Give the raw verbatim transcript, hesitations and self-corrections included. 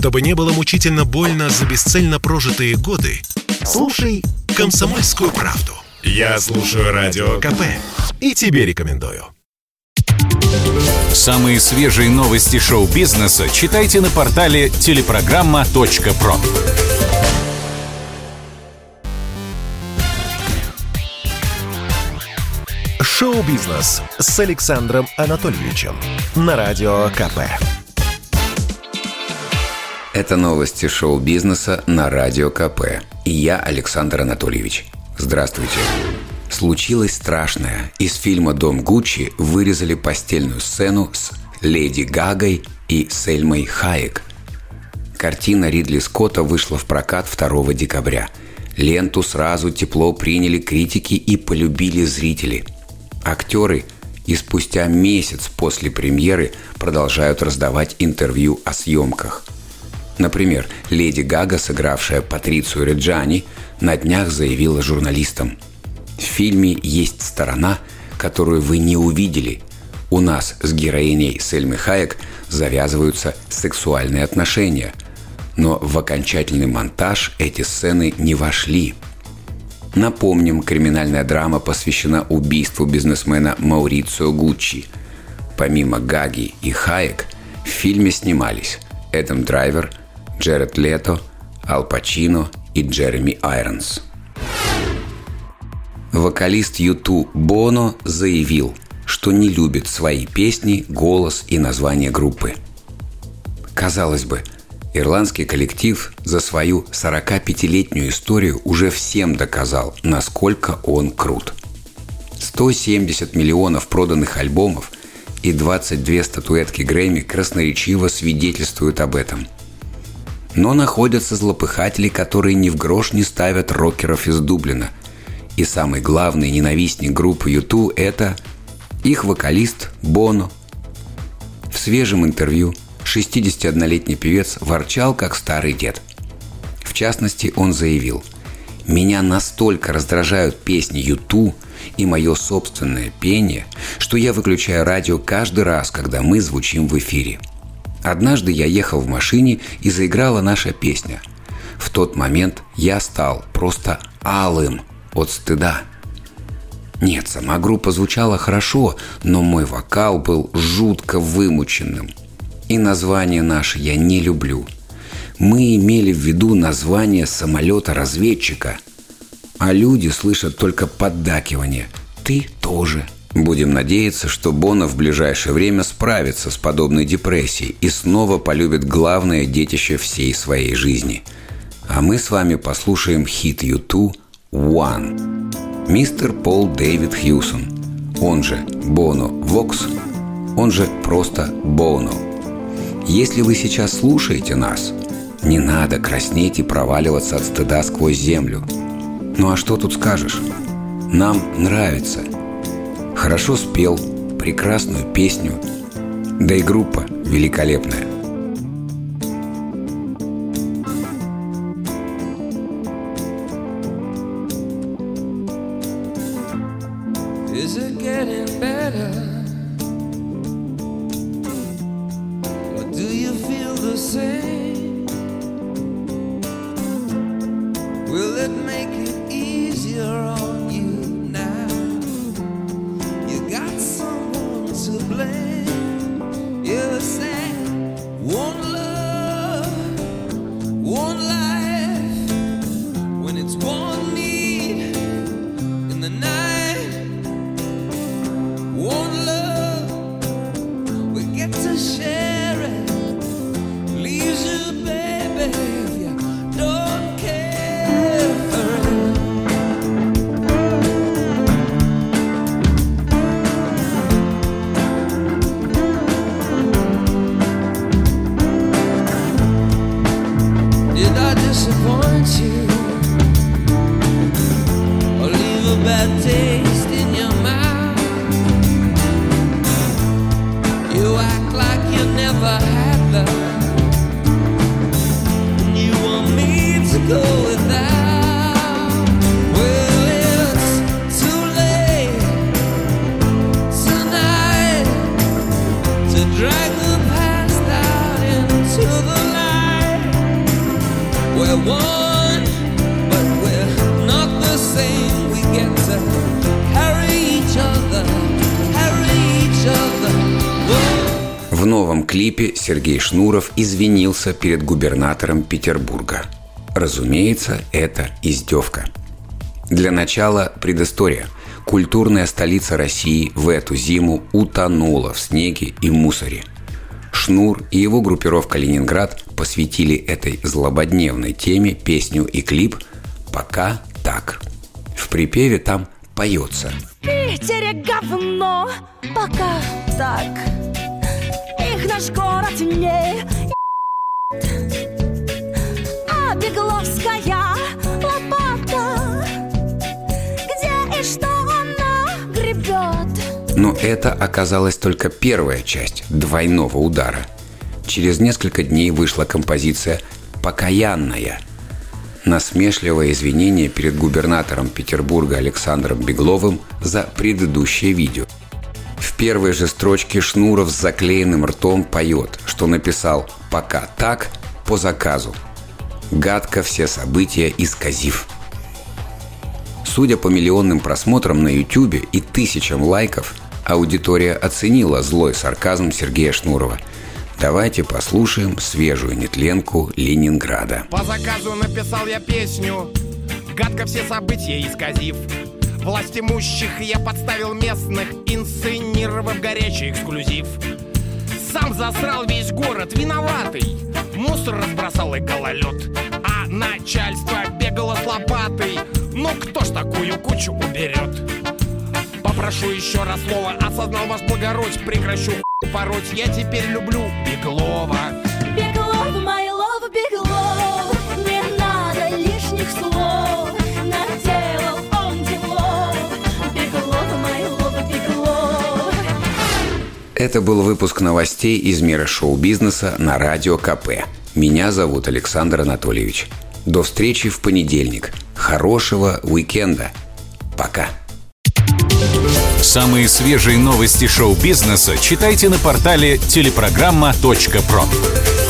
Чтобы не было мучительно больно за бесцельно прожитые годы, слушай «Комсомольскую правду». Я слушаю Радио КП и тебе рекомендую. Самые свежие новости шоу-бизнеса читайте на портале телепрограмма точка про. Шоу-бизнес с Александром Анатольевичем на Радио КП. Это новости шоу-бизнеса на Радио КП. И я, Александр Анатольевич. Здравствуйте. Случилось страшное. Из фильма «Дом Гуччи» вырезали постельную сцену с Леди Гагой и Сельмой Хайек. Картина Ридли Скотта вышла в прокат второго декабря. Ленту сразу тепло приняли критики и полюбили зрители. Актеры и спустя месяц после премьеры продолжают раздавать интервью о съемках. Например, Леди Гага, сыгравшая Патрицию Реджани, на днях заявила журналистам: «В фильме есть сторона, которую вы не увидели. У нас с героиней Сельмой Хайек завязываются сексуальные отношения, но в окончательный монтаж эти сцены не вошли». Напомним, криминальная драма посвящена убийству бизнесмена Маурицио Гуччи. Помимо Гаги и Хайек в фильме снимались Эдам Драйвер, Джеред Лето, Аль Пачино и Джереми Айронс. Вокалист ю ту Боно заявил, что не любит свои песни, голос и название группы. Казалось бы, ирландский коллектив за свою сорокапятилетнюю историю уже всем доказал, насколько он крут. сто семьдесят миллионов проданных альбомов и двадцать две статуэтки Грэмми красноречиво свидетельствуют об этом. Но находятся злопыхатели, которые ни в грош не ставят рокеров из Дублина. И самый главный ненавистник группы ю ту – это их вокалист Боно. В свежем интервью шестидесятиоднолетний певец ворчал, как старый дед. В частности, он заявил: «Меня настолько раздражают песни ю ту и мое собственное пение, что я выключаю радио каждый раз, когда мы звучим в эфире. Однажды я ехал в машине и заиграла наша песня. В тот момент я стал просто алым от стыда. Нет, сама группа звучала хорошо, но мой вокал был жутко вымученным. И название наше я не люблю. Мы имели в виду название самолета-разведчика, а люди слышат только поддакивание. Ты тоже». Будем надеяться, что Боно в ближайшее время справится с подобной депрессией и снова полюбит главное детище всей своей жизни. А мы с вами послушаем хит ю ту «One». Мистер Пол Дэвид Хьюсон, он же Боно Вокс, он же просто Боно. Если вы сейчас слушаете нас, не надо краснеть и проваливаться от стыда сквозь землю. Ну а что тут скажешь? Нам нравится. Хорошо спел, прекрасную песню, да и группа великолепная. Is it getting better? Or do you feel the same? Will it make it easier on you now? You got someone to blame. You said one love, one life. When it's one need in the night. One love, we get to share it. Leaves you, baby, if you don't care for it. Did I disappoint you? Or leave a bad taste in your mouth? You act like you never had love, and you want me to go without. Well, it's too late tonight to drag the past out into the light. we're one, but we're not the same. We get to carry each other, carry each other. Whoa. В новом клипе Сергей Шнуров извинился перед губернатором Петербурга. Разумеется, это издевка. Для начала предыстория. Культурная столица России в эту зиму утонула в снеге и мусоре. Шнур и его группировка «Ленинград» посвятили этой злободневной теме песню и клип «Пока так». В припеве там поется: В Питере говно, пока так. Их наш город не а Бегловская лопата, где и что она гребет. Но это оказалась только первая часть двойного удара. Через несколько дней вышла композиция «Покаянная». Насмешливое извинение перед губернатором Петербурга Александром Бегловым за предыдущее видео. В первой же строчке Шнуров с заклеенным ртом поет, что написал «пока так» по заказу, гадко все события исказив. Судя по миллионным просмотрам на Ютубе и тысячам лайков, аудитория оценила злой сарказм Сергея Шнурова. Давайте послушаем свежую нетленку Ленинграда. По заказу написал я песню, гадко все события исказив. Власть имущих я подставил местных, инсценировав горячий эксклюзив. Сам засрал весь город, виноватый, мусор разбросал и гололед. А начальство бегало с лопатой, ну кто ж такую кучу уберет? Попрошу еще раз слово, осознал ваш благородь, прекращу пороть, я теперь люблю Беглова. Беглов, my love, Беглов, не надо лишних слов, наделал он делов. Беглов, my love, Беглов. Это был выпуск новостей из мира шоу-бизнеса на Радио КП. Меня зовут Александр Анатольевич. До встречи в понедельник. Хорошего уикенда. Пока. Самые свежие новости шоу-бизнеса читайте на портале телепрограмма точка про.